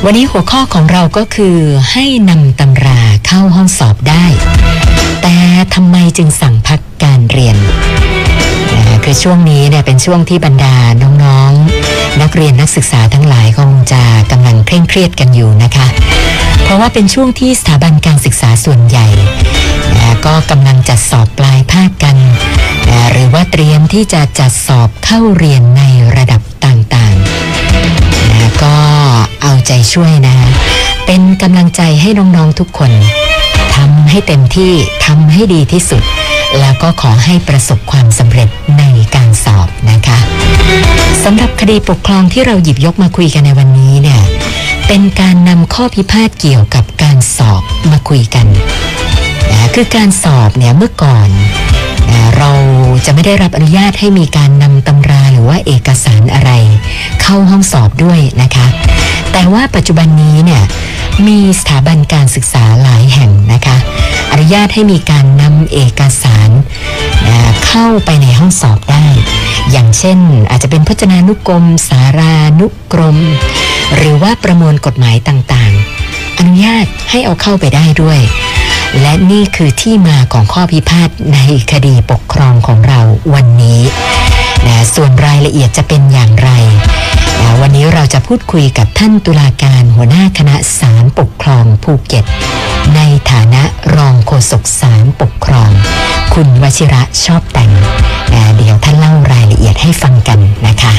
วันนี้หัวข้อของเราก็คือให้นำตำราเข้าห้องสอบได้แต่ทำไมจึงสั่งพักการเรียนคือช่วงนี้เนี่ยเป็นช่วงที่บรรดาน้องๆนักเรียนนักศึกษาทั้งหลายคงจะกำลังเคร่งเครียดกันอยู่นะคะเพราะว่าเป็นช่วงที่สถาบันการศึกษาส่วนใหญ่ก็กำลังจัดสอบปลายภาคกันหรือว่าเตรียมที่จะจัดสอบเข้าเรียนในระดับต่างๆก็เอาใจช่วยนะเป็นกำลังใจให้น้องๆทุกคนทำให้เต็มที่ทำให้ดีที่สุดแล้วก็ขอให้ประสบความสำเร็จในการสอบนะคะสำหรับคดีปกครองที่เราหยิบยกมาคุยกันในวันนี้เนี่ยเป็นการนำข้อพิพาทเกี่ยวกับการสอบมาคุยกันคือการสอบเนี่ยเมื่อก่อนเราจะไม่ได้รับอนุญาตให้มีการนำตำราหรือว่าเอกสารอะไรเข้าห้องสอบด้วยนะคะแต่ว่าปัจจุบันนี้เนี่ยมีสถาบันการศึกษาหลายแห่งนะคะอนุญาตให้มีการนำเอกสารเข้าไปในห้องสอบได้อย่างเช่นอาจจะเป็นพจนานุกรมสารานุกรมหรือว่าประมวลกฎหมายต่างๆอนุญาตให้เอาเข้าไปได้ด้วยและนี่คือที่มาของข้อพิพาทในคดีปกครองของเราวันนี้ส่วนรายละเอียดจะเป็นอย่างไรวันนี้เราจะพูดคุยกับท่านตุลาการหัวหน้าคณะศาลปกครองภูเก็ตในฐานะรองโฆษกศาลปกครองคุณวชิระชอบแต่งเดี๋ยวท่านเล่ารายละเอียดให้ฟังกันนะคะ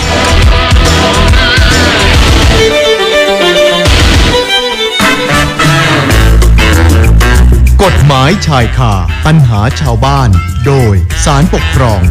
กฎหมายชายคาปัญหาชาวบ้านโดยศาลปกครอง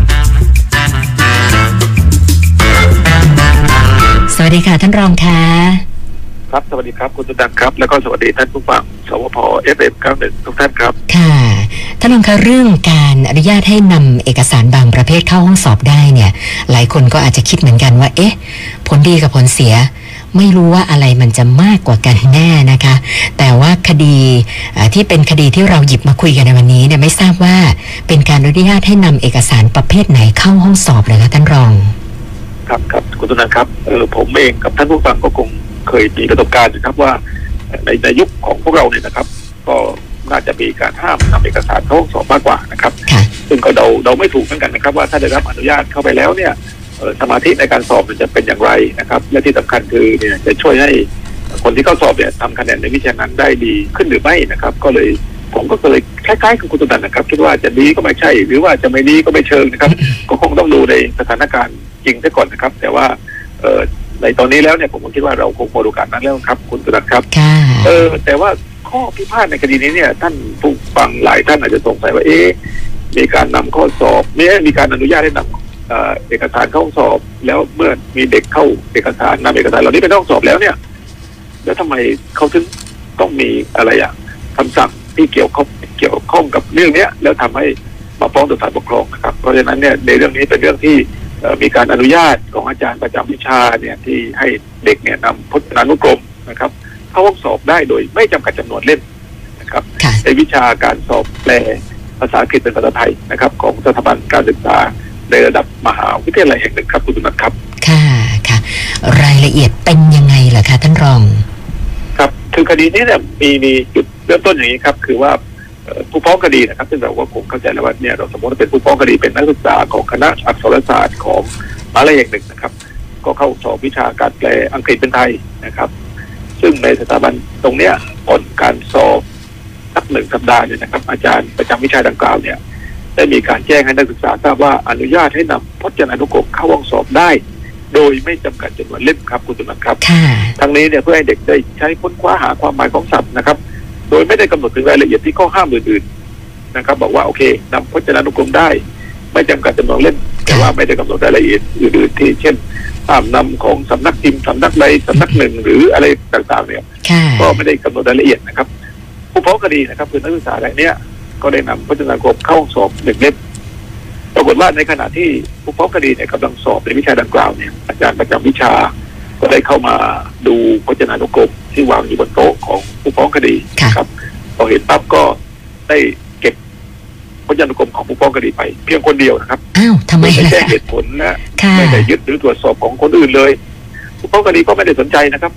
สวัสดีค่ะท่านรองค่ะครับสวัสดีครับคุณสุดังครับแล้วก็สวัสดีท่านผู้ฟังสวพFM 91ทุกท่านครับค่ะท่านรองคะเรื่องการอนุญาตให้นำเอกสารบางประเภทเข้าห้องสอบได้เนี่ยหลายคนก็อาจจะคิดเหมือนกันว่าผลดีกับผลเสียไม่รู้ว่าอะไรมันจะมากกว่ากันแน่นะคะแต่ว่าคดีที่เป็นคดีที่เราหยิบมาคุยกันในวันนี้เนี่ยไม่ทราบว่าเป็นการอนุญาตให้นำเอกสารประเภทไหนเข้าห้องสอบเลยคะท่านรองครับคุณตุลาครับผมเองกับท่านผู้ฟังก็คงเคยมีประสบการณ์นะครับว่าในยุคของพวกเราเนี่ยนะครับก็น่าจะมีการห้ามนำเอกสารเข้าห้องสอบมากกว่านะครับซึ่งก็เดาไม่ถูกเหมือนกันนะครับว่าถ้าได้รับอนุญาตเข้าไปแล้วเนี่ยสมาธิในการสอบมันจะเป็นอย่างไรนะครับและที่สำคัญคือเนี่ยจะช่วยให้คนที่เข้าสอบเนี่ยทำคะแนนในวิชานั้นได้ดีขึ้นหรือไม่นะครับก็เลยผมก็เลยคล้ายๆกับคุณตุลานะครับคิดว่าจะดีก็ไม่ใช่หรือว่าจะไม่ดีก็ไม่เชิงนะครับก็คงต้องดูในสถานการณ์จริงซะก่อนนะครับแต่ว่าในตอนนี้แล้วเนี่ยผมคิดว่าเราคงพอดูการนั้นแล้วครับคุณตุลาครับแต่ว่าข้อพิพาทในคดีนี้เนี่ยท่านผู้ฟังหลายท่านอาจจะสงสัยว่ามีการนำข้อสอบมีการอนุญาตให้นำเอกสารเข้าห้องสอบแล้วเมื่อมีเด็กเข้าเอกสารนำเอกสารเหล่านี้ไปห้องสอบแล้วเนี่ยแล้วทำไมเขาถึงต้องมีอะไรคำสั่งที่เกี่ยวข้องกับเรื่องนี้แล้วทำให้มาฟ้องต่อศาลปกครองนะครับเพราะฉะนั้นเนี่ยในเรื่องนี้เป็นเรื่องที่มีการอนุญาตของอาจารย์ประจำวิชาเนี่ยที่ให้เด็กเนี่ยนำพจนานุกรมนะครับเข้าห้องสอบได้โดยไม่จำกัดจำนวนเล่มนะครับในวิชาการสอบแปลภาษาอังกฤษเป็นภาษาไทยนะครับของสถาบันการศึกษาในระดับมหาวิทยาลัยแห่งหนึ่งครับคุณตุลาครับค่ะรายละเอียดเป็นยังไงล่ะคะท่านรองครับคือคดีนี้เนี่ยมีจุดเริ่มต้นอย่างนี้ครับคือว่าผู้ฟ้องคดีนะครับซึ่งเราก็คงเข้าใจแล้วว่าเนี่ยเราสมมติว่าเป็นผู้ฟ้องคดีเป็นนักศึกษาของคณะอักษรศาสตร์ของมหาวิทยาลัยแห่งหนึ่งนะครับก็เข้าสอบวิชาการแปลอังกฤษเป็นไทยนะครับซึ่งในสถาบันตรงเนี้ยผลการสอบสัก1 สัปดาห์เนี่ยนะครับอาจารย์ประจำวิชาดังกล่าวเนี่ยได้มีการแจ้งให้นักศึกษาทราบว่าอนุญาตให้นำพจนานุกรมเข้าห้องสอบได้โดยไม่จำกัดจำนวนเล่มครับคุณตุลาครับทั้งนี้เนี่ยเพื่อให้เด็กได้ใช้ค้นคว้าหาความหมายของศัพท์นะครับโดยไม่ได้กำหนดถึงรายละเอียดที่ข้อห้ามอื่นๆนะครับบอกว่าโอเคนำพจนานุกรมได้ไม่จำกัดจำนวนเล่มแต่ว่าไม่ได้กำหนดรายละเอียดอื่นๆที่เช่นห้ามนำของสำนักพิมพ์สำนักใดสำนักหนึ่งหรืออะไรต่างๆเนี่ยก็ไม่ได้กำหนดรายละเอียดนะครับผู้ฟ้องคดีนะครับคือนักศึกษารายนี้ก็ได้นำพจนานุกรมเข้าห้องสอบ1 เล่มปรากฏว่าในขณะที่ผู้ฟ้องคดีเนี่ยกำลังสอบในวิชาดังกล่าวเนี่ยอาจารย์ประจำวิชาก็ได้เข้ามาดูพจนานุกรมที่วางอยู่บนโต๊ะของผู้ฟ้องคดีครับพอเห็นปั๊บก็ได้เก็บพจนานุกรมของผู้ฟ้องคดีไปเพียงคนเดียวนะครับทำไมไม่ได้แจ้งเหตุผลและไม่ได้ยึดหรือตรวจสอบของคนอื่นเลยผู้ฟ้องคดีก็ไม่ได้สนใจนะครับก็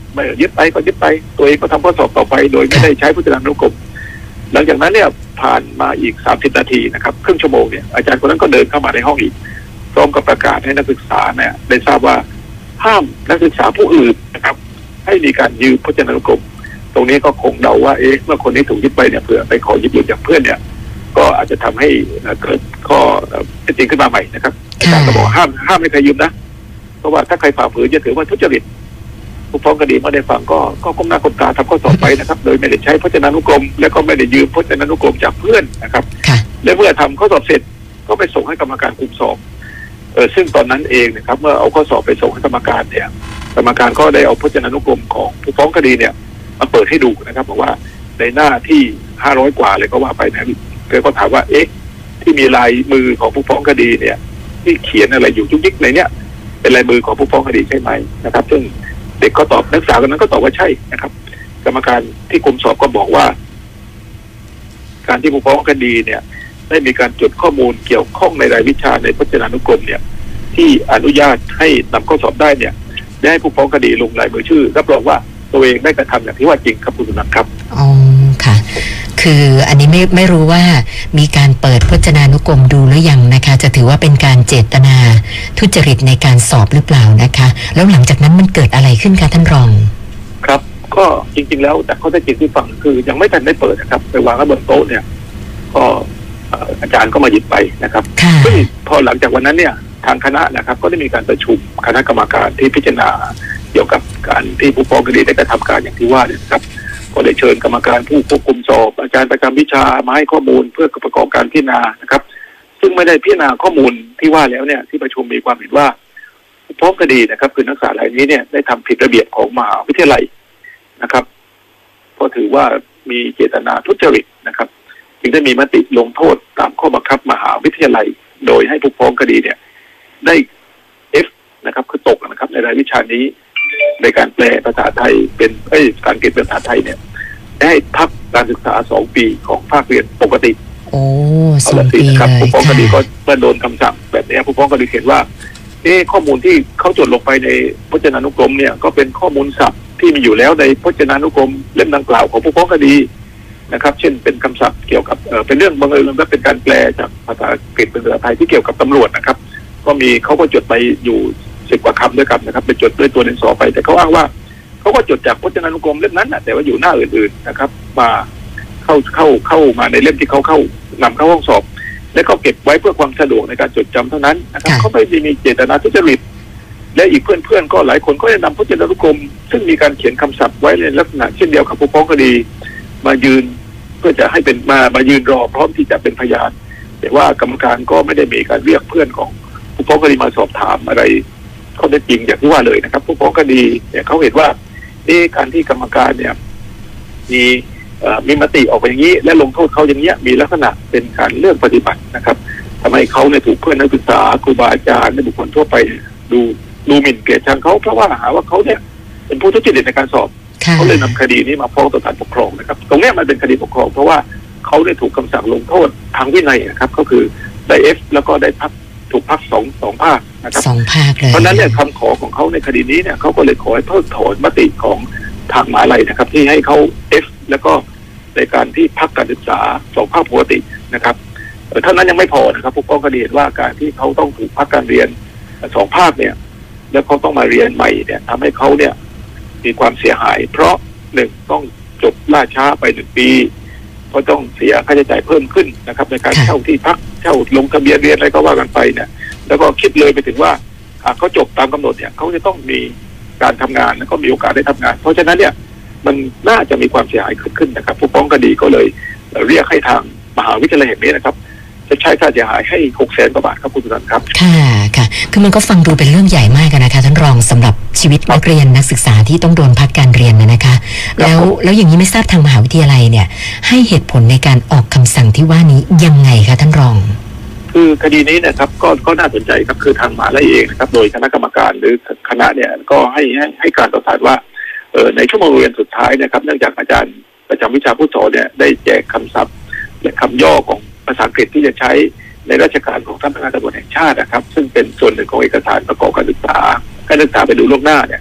ไม่ยึดไปก็ยึดไปตัวเองก็ทำข้อสอบต่อไปโดยไม่ได้ใช้พจนานุกรมหลังจากนั้นเนี่ยผ่านมาอีก30 นาทีนะครับครึ่งชั่วโมงเนี่ยอาจารย์คนนั้นก็เดินเข้ามาในห้องอีกพร้อมกับประกาศให้นักศึกษาเนี่ยได้ทราบว่าห้ามนักศึกษาผู้อื่นนะครับให้มีการยืมพจนานุกรมตรงนี้ก็คงเดาว่าเมื่อคนนี้ถูกยึดไปเนี่ยเผื่อไปขอยืมจากเพื่อนเนี่ยก็อาจจะทำให้เกิดข้อเท็จจริงขึ้นมาใหม่นะครับอาจารย์ก็บอกห้ามไม่ใครยืมนะเพราะว่าถ้าใครฝ่าฝืนจะถือว่าทุจริตผู้ฟ้องคดีไม่ได้ฟังก็ก้มหน้าก้มตาทำข้อสอบไปนะครับโดยไม่ได้ใช้พจนานุกรมและก็ไม่ได้ยืมพจนานุกรมจากเพื่อนนะครับและเมื่อทำข้อสอบเสร็จก็ไปส่งให้กรรมการคุมสอบซึ่งตอนนั้นเองนะครับเมื่อเอาข้อสอบไปส่งให้กรรมการเนี่ยกรรมการก็ได้เอาพจนานุกรมของผู้ฟ้องคดีเนี่ยมาเปิดให้ดูนะครับบอกว่าในหน้าที่500 กว่าเลยก็ว่าไปนะก็ถามว่าที่มีลายมือของผู้ฟ้องคดีเนี่ยที่เขียนอะไรอยู่จุกจิกในเนี้ยเป็นลายมือของผู้ฟ้องคดีใช่ไหมนะครับซึ่งเด็กก็ตอบนักศึกษาคนนั้นก็ตอบว่าใช่นะครับกรรมการที่คุมสอบก็บอกว่าการที่ผู้ฟ้องคดีเนี่ยได้มีการจดข้อมูลเกี่ยวข้องในรายวิชาในพจนานุกรมเนี่ยที่อนุญาตให้นำข้อสอบได้เนี่ยได้ให้ผู้ฟ้องคดีลงลายมือชื่อรับรองว่าตัวเองได้กระทำอย่างที่ว่าจริงครับคุณสุนันท์ครับอ๋อค่ะคืออันนี้ไม่รู้ว่ามีการเปิดพจนานุกรมดูหรือยังนะคะจะถือว่าเป็นการเจตนาทุจริตในการสอบหรือเปล่านะคะแล้วหลังจากนั้นมันเกิดอะไรขึ้นคะท่านรองครับก็จริงๆแล้วแต่ข้อเท็จจริงที่ฟังคือยังไม่ทันได้เปิดนะครับไปวางไว้บนโต๊ะเนี่ยก็อาจารย์ก็มาหยิบไปนะครับซึ่งพอหลังจากวันนั้นเนี่ยทางคณะนะครับก็ได้มีการประชุมคณะกรรมการที่พิจารณาเกี่ยวกับการที่ผู้ฟ้องคดีได้กระทำการอย่างที่ว่าเนี่ยครับก็ได้เชิญกรรมการผู้ควบคุมสอบอาจารย์ประจำวิชามาให้ข้อมูลเพื่อประกอบการพิจารณานะครับซึ่งไม่ได้พิจารณาข้อมูลที่ว่าแล้วเนี่ยที่ประชุมมีความเห็นว่าผู้ฟ้องคดีนะครับคือนักศึกษารายนี้เนี่ยได้ทำผิดระเบียบของมหาวิทยาลัยนะครับเพราะถือว่ามีเจตนาทุจริตนะครับจึงได้มีมติลงโทษตามข้อบังคับมหาวิทยาลัยโดยให้ผู้ฟ้องคดีเนี่ยได้ F นะครับคือตกนะครับในรายวิชานี้ในการแปลภาษาไทยเป็นการเก็บภาษาไทยเนี่ยได้พักการศึกษา2 ปีของภาคเรียนปกติ 2 ปีนะครับผู้ฟ้องคดีก็เมื่อโดนคำสั่งแบบนี้ผู้ฟ้องคดีเห็นว่าข้อมูลที่เขาจดลงไปในพจนานุกรมเนี่ยก็เป็นข้อมูลศัพท์ที่มีอยู่แล้วในพจนานุกรมเล่มดังกล่าวของผู้ฟ้องคดีนะครับเช่นเป็นคำศัพท์เกี่ยวกับเป็นเรื่องบังเอิญและเป็นการแปลจากภาษาอังกฤษเป็นภาษาไทยที่เกี่ยวกับตำรวจนะครับก็มีเขาก็จดไปอยู่10 กว่าคำด้วยกันนะครับไปจดด้วยตัวดินสอไปแต่เขาอ้างว่าเขาก็จดจากพจนานุกรมเล่มนั้นแต่ว่าอยู่หน้าอื่นๆนะครับมาเข้ามาในเล่มที่เขานำเข้าห้องสอบและก็เก็บไว้เพื่อความสะดวกในการจดจำเท่านั้นนะครับเขาไม่ได้มีเจตนาทุจริตและอีกเพื่อนๆก็หลายคนก็ได้นำพจนานุกรมซึ่งมีการเขียนคำศัพท์ไว้ในลักษณะเช่นเดียวกับผู้ฟ้องคดีมายืนเพื่อจะให้เป็นมายืนรอพร้อมที่จะเป็นพยานแต่ว่ากรรมการก็ไม่ได้มีการเรียกเพื่อนของผู้ฟ้องคดีมาสอบถามอะไรข้อเท็จจริงอย่างที่ว่าเลยนะครับผู้ฟ้องคดีเนี่ยเขาเห็นว่าการที่กรรมการเนี่ยมีมติออกไปอย่างนี้และลงโทษเขาอย่างเนี้ยมีลักษณะเป็นการเลือกปฏิบัตินะครับทำให้เขาเนี่ยถูกเพื่อนนักศึกษาครูบาอาจารย์และบุคคลทั่วไปดูหมิ่นเกลียดชังเขาเพราะว่าหาว่าเขาเนี่ยเป็นผู้ทุจริตในการสอบเขาเลยนำคดีนี้มาฟ้องต่อศาลปกครองนะครับตรงนี้มันเป็นคดีปกครองเพราะว่าเขาได้ถูกคำสั่งลงโทษทางวินัยนะครับก็คือได้ F แล้วก็ได้ถูกพักสองภาคนะครับ 2 ภาคเลยเพราะนั้นเนี่ยคำขอของเขาในคดีนี้เนี่ยเขาก็เลยขอให้เพิกถอนมติของทางมหาวิทยาลัยนะครับที่ให้เขา F แล้วก็ในการที่พักการศึกษา2 ภาคปกตินะครับเท่านั้นยังไม่พอนะครับผู้ฟ้องคดีเห็นว่าการที่เขาต้องถูกพักการเรียน2 ภาคเนี่ยแล้วเขาต้องมาเรียนใหม่เนี่ยทำให้เขาเนี่ยมีความเสียหายเพราะ1ต้องจบล่าช้าไป1 ปีเพราะต้องเสียค่าใช้จ่ายเพิ่มขึ้นนะครับในการเช่าที่พักเช่าลงทะเบียนเรียนอะไรก็ว่ากันไปเนี่ยแล้วก็คิดเลยไปถึงว่าเขาจบตามกำหนดเนี่ยเขาจะต้องมีการทำงานแล้วก็มีโอกาสได้ทำงานเพราะฉะนั้นเนี่ยมันน่าจะมีความเสียหายเกิดขึ้นนะครับผู้ฟ้องคดีก็เลยเรียกให้ทางมหาวิทยาลัยแห่งนี้นะครับจะใช้ค่าเสียหายให้600,000 กว่าบาทครับคุณสุนันท์ครับค่ะคือมันก็ฟังดูเป็นเรื่องใหญ่มากนะคะท่านรองสำหรับชีวิตนักเรียนนักศึกษาที่ต้องโดนพักการเรียนนะคะแล้วอย่างนี้ไม่ทราบทางมหาวิทยาลัยเนี่ยให้เหตุผลในการออกคำสั่งที่ว่านี้ยังไงคะท่านรองคือคดีนี้นะครับก็น่าสนใจครับคือทางมหาวิทยาลัยเองนะครับโดยคณะกรรมการหรือคณะเนี่ยก็ให้การต่อศาลว่าในชั่วโมงเรียนสุดท้ายนะครับเนื่องจากอาจารย์ประจำวิชาผู้สอนเนี่ยได้แจกคำศัพท์และคำย่อของภาษาอังกฤษที่จะใช้ในราชการของท่านพนักงานตำรวจแห่งชาตินะครับซึ่งเป็นส่วนหนึ่งของเอกสารประกอบการศึกษาไปดูล่วงหน้าเนี่ย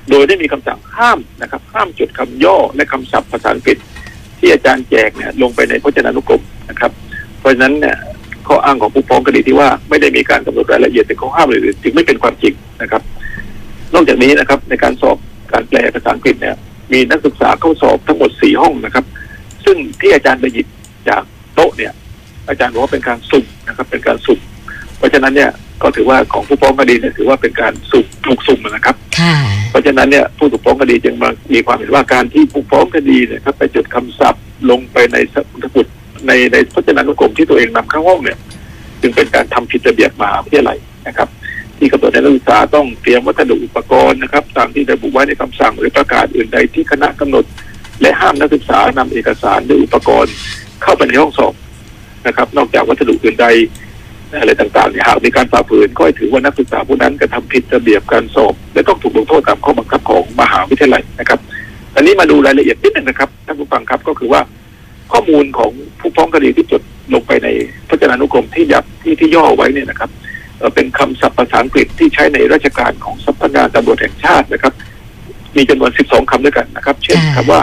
โดยได้มีคำสั่งห้ามนะครับห้ามจดคำย่อและคำศัพท์ภาษาอังกฤษที่อาจารย์แจกเนี่ยลงไปในพจนานุกรมนะครับเพราะฉะนั้นเนี่ยข้ออ้างของผู้ฟ้องคดีที่ว่าไม่ได้มีการกำหนดรายละเอียดในข้อห้ามเลยจึงไม่เป็นความจริงนะครับนอกจากนี้นะครับในการสอบการแปลภาษาอังกฤษเนี่ยมีนักศึกษาเข้าสอบทั้งหมด4ห้องนะครับซึ่งที่อาจารย์ไปหยิบจากโต๊ะเนี่ยอาจารย์บอกว่าเป็นการสุ่มนะครับเป็นการสุ่มเพราะฉะนั้นเนี่ยก็ถือว่าของผู้ฟ้องคดีเนี่ยถือว่าเป็นการสุ่มถูกสุ่มนะครับเพราะฉะนั้นเนี่ยผู้ถูกฟ้องคดีจึงมีความเห็นว่าการที่ผู้ฟ้องคดีเนี่ยครับไปจดคำศัพท์ลงไปในสมุดในพจนานุกรมที่ตัวเองนำเข้าห้องเนี่ยจึงเป็นการทำผิดระเบียบมหาวิทยาลัยนะครับที่กำหนดให้นักศึกษาต้องเตรียมวัสดุอุปกรณ์นะครับตามที่ระบุไว้ในคำสั่งหรือประกาศอื่นใดที่คณะกำหนดและห้ามนักศึกษานำเอกสารหรืออุปกรณ์เข้าไปในห้องสอบนะครับนอกจากวัสดุอื่นใดอะไรต่างๆเนี่ยหากมีการฝ่าฝืนก็ถือว่านักศึกษาผู้นั้นกระทำผิดระเบียบการสอบและต้องถูกลงโทษตามข้อบังคับของมหาวิทยาลัยนะครับอันนี้มาดูรายละเอียดนิดนึงนะครับท่านผู้ฟังครับก็คือว่าข้อมูลของผู้ฟ้องคดีที่จดลงไปในพจนานุกรมที่ย่อไว้เนี่ยนะครับเป็นคำศัพท์ภาษาอังกฤษที่ใช้ในราชการของสำนักงานตำรวจแห่งชาตินะครับมีจำนวน12คำด้วยกันนะครับเช่นคำว่า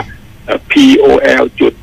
POL จุด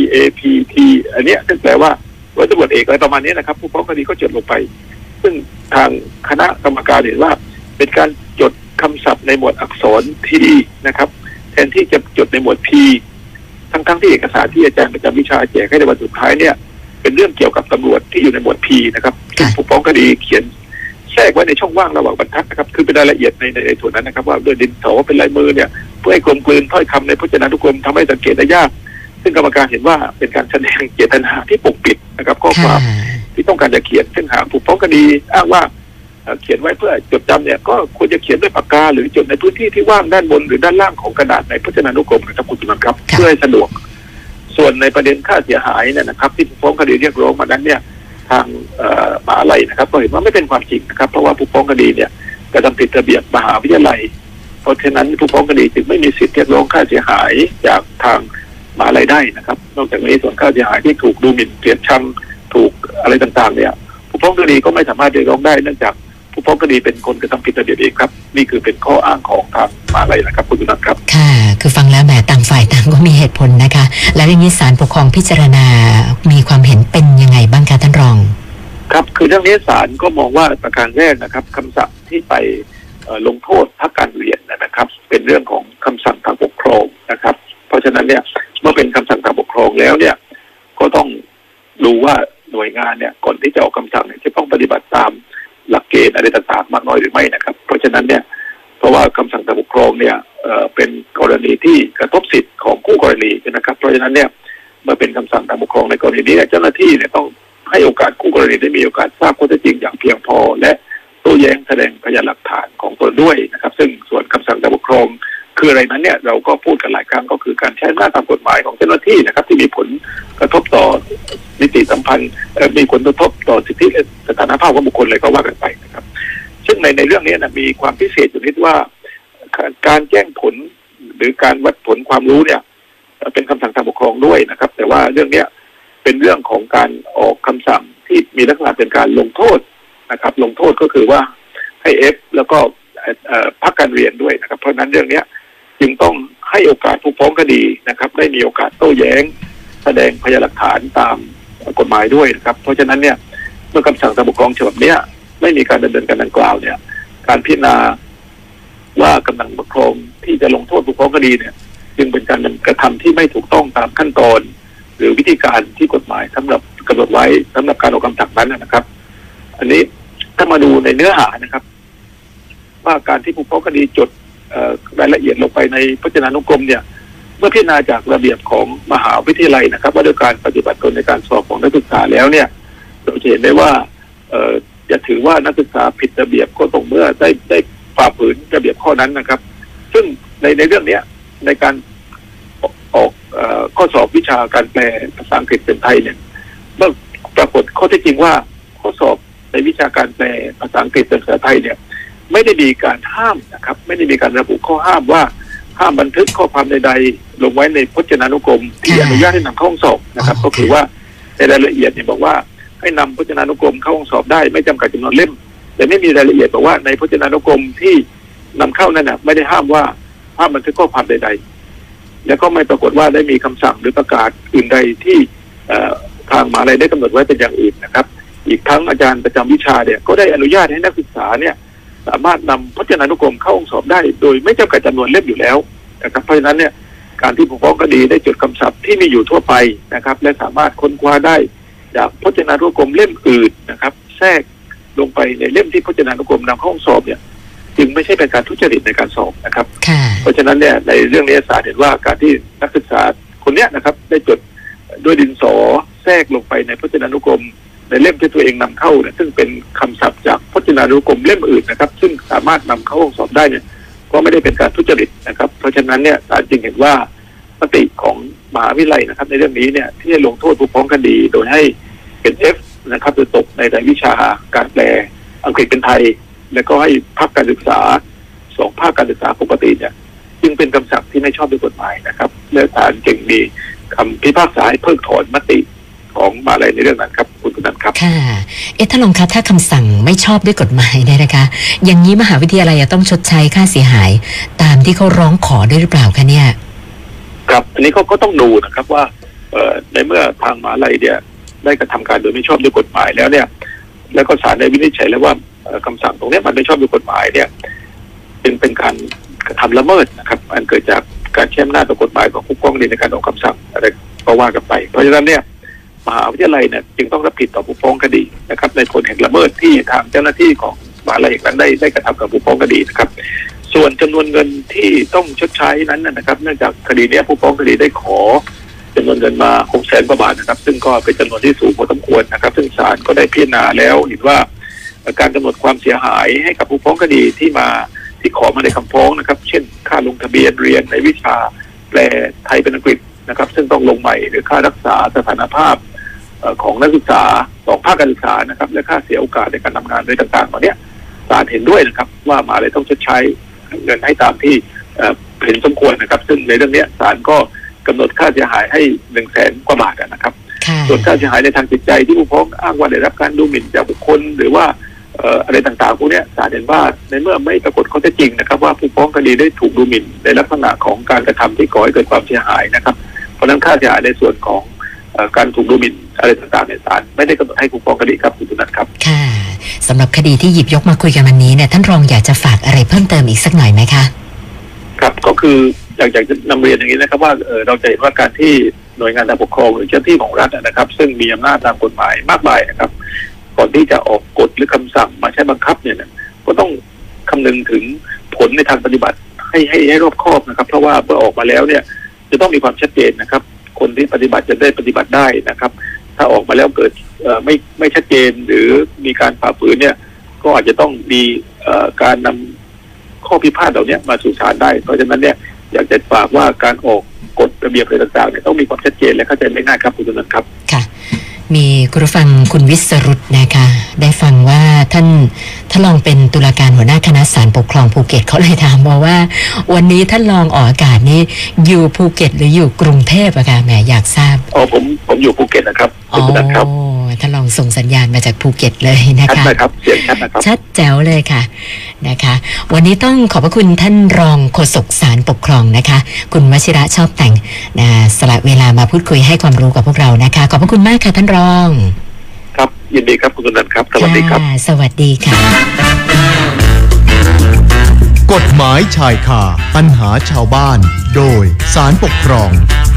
CAPT อันนี้ซึ่งแปลว่าร้อยตำรวจเอกอะไรประมาณนี้นะครับผู้ฟ้องคดีก็จดลงไปซึ่งทางคณะกรรมการเห็นว่าเป็นการจดคำศัพท์ในหมวดอักษร T นะครับแทนที่จะจดในหมวด P ทั้งที่เอกสารที่อาจารย์ประจำวิชาแจกให้ในวันสุดท้ายเนี่ยเป็นเรื่องเกี่ยวกับตำรวจที่อยู่ในหมวด P นะครับซึ่งผู้ฟ้องคดีเขียนแทรกไว้ในช่องว่างระหว่างบรรทัดนะครับคือเป็นรายละเอียดในส่วนนั้นนะครับว่าด้วยดินสอเป็นลายมือเนี่ยเพื่อให้กลมกลืนถ้อยคำในพจนานุกรมทำให้สังเกตได้ยากซึ่งกรรมการเห็นว่าเป็นการแสดงเจตนาที่ปกปิดนะครับข้อความที่ต้องการจะเขียนซึ่งหากผู้ฟ้องคดีอ้างว่าเขียนไว้เพื่อจดจำเนี่ยก็ควรจะเขียนด้วยปากกาหรือจดในพื้นที่ที่ว่างด้านบนหรือด้านล่างของกระดาษในพจนานุกรมนะครับคุณสุนันท์ครับเพื่อให้สะดวกส่วนในประเด็นค่าเสียหายเนี่ยนะครับที่ผู้ฟ้องคดีเรียกร้องมานั้นเนี่ยทางมหาวิทยาลัยนะครับก็เห็นว่าไม่เป็นความจริงนะครับเพราะว่าผู้ฟ้องคดีเนี่ยกระทำผิดระเบียบมหาวิทยาลัยเพราะฉะนั้นผู้ฟ้องคดีจึงไม่มีสิทธิ์เรียกร้องค่าเสียหายจากทางมหาวิทยาลัยได้นะครับนอกจากนี้ส่วนค่าเสียหายที่ถูกดูหมิ่นเกลียดชังถูกอะไรต่างๆเนี่ยผู้ฟ้องคดีก็ไม่สามารถเรียกร้องได้เนื่องจากผู้ฟ้องคดีเป็นคนกระทำผิดระเบียบเองครับนี่คือเป็นข้ออ้างของทางมหาวิทยาลัยนะครับคุณสุนันท์ครับค่ะคือฟังแล้วแหมต่างฝ่ายต่างก็มีเหตุผลนะคะแล้วอย่างนี้ศาลปกครองพิจารณามีความเห็นเป็นยังไงบ้างคะท่านรองครับคือเรื่องนี้ศาลก็มองว่าประการแรกนะครับคำสั่งที่ไปลงโทษพักการเรียนนะครับเป็นเรื่องของคำสั่งทางปกครองนะครับเพราะฉะนั้นเนี่ยเมื่อเป็นคำสั่งทางปกครองแล้วเนี่ยก็ต้องดูว่าหน่วยงานเนี่ยก่อนที่จะออกคำสั่งเนี่ยจะต้องปฏิบัติตามหลักเกณฑ์อะไรต่างๆมากน้อยหรือไม่นะครับเพราะฉะนั้นเนี่ยเพราะว่าคำสั่งทางปกครองเนี่ยเป็นกรณีที่กระทบสิทธิ์ของคู่กรณีนะครับเพราะฉะนั้นเนี่ยเมื่อเป็นคำสั่งทางปกครองในกรณีนี้เจ้าหน้าที่เนี่ยต้องให้โอกาสคู่กรณีได้มีโอกาสทราบข้อเท็จจริงอย่างเพียงพอและโต้แย้งแสดงพยานหลักฐานของตนด้วยนะครับซึ่งส่วนคำสั่งทางปกครองคืออะไรนั้นเนี่ยเราก็พูดกันหลายครั้งก็คือการใช้อำนาจตามกฎหมายของเจ้าหน้าที่นะครับที่มีผลกระทบต่อนิติสัมพันธ์มีผลกระทบต่อสิทธิและสถานะภาพของบุคคลอะไรก็ว่ากันไปนะครับซึ่งในเรื่องนี้นะมีความพิเศษอยู่นิดว่าการแจ้งผลหรือการวัดผลความรู้เนี่ยเป็นคำสั่งทางปกครองด้วยนะครับแต่ว่าเรื่องนี้เป็นเรื่องของการออกคำสั่งที่มีลักษณะเป็นการลงโทษนะครับลงโทษก็คือว่าให้Fแล้วก็พักการเรียนด้วยนะครับเพราะนั้นเรื่องนี้จึงต้องให้โอกาสผู้ฟ้องคดีนะครับได้มีโอกาสโต้แย้งแสดงพยานหลักฐานตามกฎหมายด้วยนะครับเพราะฉะนั้นเนี่ยเมื่อคำสั่งทางปกครองฉบับนี้ไม่มีการดำเนินการดังกล่าวเนี่ยการพิจารณาว่ากำลังปกครองที่จะลงโทษผู้ฟ้องคดีเนี่ยจึงเป็นการกระทำที่ไม่ถูกต้องตามขั้นตอนหรือวิธีการที่กฎหมายสำหรับกำหนดไว้สำหรับการออกคำสั่งนั้นนะครับอันนี้ถ้ามาดูในเนื้อหานะครับว่าการที่ผู้ฟ้องคดีจดรายละเอียดลงไปในพจนานุกรมเนี่ยเมื่อพิจารณาจากระเบียบของมหาวิทยาลัยนะครับว่าด้วยการปฏิบัติตนในการสอบของนักศึกษาแล้วเนี่ยเราจะเห็นได้ว่าจะถือว่านักศึกษาผิดระเบียบก็ต่อเมื่อได้ฝ่าฝืนระเบียบข้อนั้นนะครับซึ่งในเรื่องนี้ในการออกข้อสอบวิชาการแปลภาษาอังกฤษเป็นไทยเนี่ยเมื่อปรากฏข้อเท็จจริงว่าข้อสอบในวิชาการแปลภาษาอังกฤษเป็นภาษาไทยเนี่ยไม่ได้มีการห้ามนะครับไม่ได้มีการระบุข้อห้ามว่าห้ามบันทึกข้อความใดๆลงไว้ในพจนานุกรมที่อนุญาตให้นำเข้าห้องสอบนะครับก็คือว่าในรายละเอียดเนี่ยบอกว่าให้นำพจนานุกรมเข้าห้องสอบได้ไม่จำกัดจำนวนเล่มแต่ไม่มีรายละเอียดบอกว่าในพจนานุกรมที่นำเข้านั่นนะไม่ได้ห้ามบันทึกข้อความใดๆแล้วก็ไม่ปรากฏว่าได้มีคำสั่งหรือประกาศอื่นใดที่ทางมหาวิทยาลัยได้กำหนดไว้เป็นอย่างอื่นนะครับอีกทั้งอาจารย์ประจำวิชาเนี่ยก็ได้อนุญาตให้นักศึกษาเนี่ยสามารถนำพจนานุกรมเข้าห้องสอบได้โดยไม่จำกัดจำนวนเล่มอยู่แล้วนะครับเพราะฉะนั้นเนี่ยการที่ผู้ฟ้องคดีได้จดคำศัพท์ที่มีอยู่ทั่วไปนะครับและสามารถค้นคว้าได้จากพจนานุกรมเล่มอื่นนะครับแทรกลงไปในเล่มที่พจนานุกรมนำเข้าห้องสอบเนี่ยจึงไม่ใช่เป็นการทุจริตในการสอบนะครับเพราะฉะนั้นเนี่ยในเรื่องนี้ศาลเห็นว่าการที่นักศึกษาคนนี้นะครับได้จดด้วยดินสอแทรกลงไปในพจนานุกรมในเล่มที่ตัวเองนำเข้าเนี่ยซึ่งเป็นคำศัพท์จากพจนานุกรมเล่มอื่นนะครับซึ่งสามารถนำเข้าห้องสอบได้เนี่ยก็ไม่ได้เป็นการทุจริตนะครับเพราะฉะนั้นเนี่ยศาลจึงเห็นว่ามติของมหาวิทยาลัยนะครับในเรื่องนี้เนี่ยที่จะลงโทษผู้ฟ้องคดีโดยให้เป็น F นะครับโดยตกในรายวิชาการแปลอังกฤษเป็นไทยแล้วก็ให้ภาคการศึกษา2ภาคการศึกษาปกติเนี่ยจึงเป็นคำสั่งที่ไม่ชอบด้วยกฎหมายนะครับและศาลจึงมีคำพิพากษาให้เพิกถอนมติของมหาวิทยาลัยในเรื่องนั้นครับคุณตุนันครับค่ะท่านรองคะถ้าคำสั่งไม่ชอบด้วยกฎหมายเนี่ยนะคะอย่างนี้มหาวิทยาลัยจะต้องชดใช้ค่าเสียหายตามที่เขาร้องขอด้วยหรือเปล่าคะเนี่ยครับอันนี้ก็ต้องดูนะครับว่าในเมื่อทางมหาวิทยาลัยเนี่ยได้กระทำการโดยไม่ชอบด้วยกฎหมายแล้วเนี่ยแล้วก็ศาลได้วินิจฉัยแล้วว่าคำสั่งตรงนี้มันไม่ชอบด้วยกฎหมายเนี่ยเป็นการกระทำละเมิดนะครับอันเกิดจากการใช้อำนาจต่อกฎหมายของผู้ฟ้องคดีในการออกคำสั่งอะไรก็ว่ากันไปเพราะฉะนั้นเนี่ยมหาวิทยาลัยเนี่ยจึงต้องรับผิดต่อผู้ฟ้องคดีนะครับในผลแห่งละเมิดที่ทางเจ้าหน้าที่ของมหาวิทยาลัยนั้นได้กระทำกับผู้ฟ้องคดีนะครับส่วนจำนวนเงินที่ต้องชดใช้นั้นนะครับเนื่องจากคดีนี้ผู้ฟ้องคดีได้ขอจำนวนเงินมา600,000 กว่าบาทนะครับซึ่งก็เป็นจำนวนที่สูงพอสมควรนะครับซึ่งศาลก็ได้พิจารณาแล้วเห็นว่าการกำหนดความเสียหายให้กับผู้ฟ้องคดีที่ขอมาในคำฟ้องนะครับเช่นค่าลงทะเบียนเรียนในวิชาแปลไทยเป็นอังกฤษนะครับซึ่งต้องลงใหม่หรือค่ารักษาสถานภาพของนักศึกษา2ภาคการศึกษานะครับและค่าเสียโอกาสในการทำงานโดยต่างๆมาเนี้ยศาลเห็นด้วยนะครับว่ามหาวิทยาลัยต้องชดใช้เงินให้ตามที่เห็นสมควรนะครับซึ่งในเรื่องนี้ศาลก็กำหนดค่าเสียหายให้100,000 กว่าบาทนะครับส่วนค่าเสียหายในทางจิตใจที่ผู้ฟ้องอ้างว่าได้รับการดูหมิ่นจากบุคคลหรือว่าอะไรต่างๆพวกนี้ศาลเห็นว่าในเมื่อไม่ปรากฏข้อเท็จจริงนะครับว่าผู้ฟ้องคดีได้ถูกดูหมิ่นในลักษณะของการกระทำที่ก่อให้เกิดความเสียหายนะครับเพราะฉะนั้นค่าเสียหายในส่วนของการถูกดูหมิ่นอะไรต่างๆในศาลไม่ได้กำหนดให้ผู้ฟ้องคดีครับคุณตุนันครับค่ะสำหรับคดีที่หยิบยกมาคุยกันวันนี้เนี่ยท่านรองอยากจะฝากอะไรเพิ่มเติมอีกสักหน่อยไหมคะครับก็คืออยากจะนำเรียนอย่างนี้นะครับว่าเราจะเห็นว่าการที่หน่วยงานทางปกครองหรือเจ้าหน้าที่ของรัฐนะครับซึ่งมีอำนาจตามกฎหมายมากมายนะครับก่อนที่จะออกกฎหรือคำสั่งมาใช้บังคับเนี่ยก็ต้องคำนึงถึงผลในทางปฏิบัติให้รอบคอบนะครับเพราะว่าเมื่อออกมาแล้วเนี่ยจะต้องมีความชัดเจนนะครับคนที่ปฏิบัติจะได้ปฏิบัติได้นะครับถ้าออกมาแล้วเกิดไม่ชัดเจนหรือมีการฝ่าฝืนเนี่ยก็อาจจะต้องมีการนำข้อพิพาทเหล่านี้มาสู่ศาลได้เพราะฉะนั้นเนี่ยอยากจะฝากว่าการออกกฎระเบียบอะไรต่างๆเนี่ยต้องมีความชัดเจนและเข้าใจไม่ง่ายครับคุณตุนันครับค่ะมีคุณผู้ฟังคุณวิศรุตนะคะได้ฟังว่าท่านรองเป็นตุลาการหัวหน้าคณะศาลปกครองภูเก็ตเขาเลยถามว่าวันนี้ท่านรองออกอากาศนี้อยู่ภูเก็ตหรืออยู่กรุงเทพอะคะแหมอยากทราบผมอยู่ภูเก็ตนะครับคุณตุนันครับท่านรองส่งสัญญาณมาจากภูเก็ตเลยนะคะชัดครับเสียงชัดนะครับชัดแจ๋วเลยค่ะนะคะวันนี้ต้องขอบพระคุณท่านรองโฆษกศาลปกครองนะคะคุณวชิระชอบแต่งสละเวลามาพูดคุยให้ความรู้กับพวกเรานะคะขอบพระคุณมากค่ะท่านรองครับยินดีครับคุณตุนันครับสวัสดีครับสวัสดีค่ะกฎหมายชายคาปัญหาชาวบ้านโดยศาลปกครอง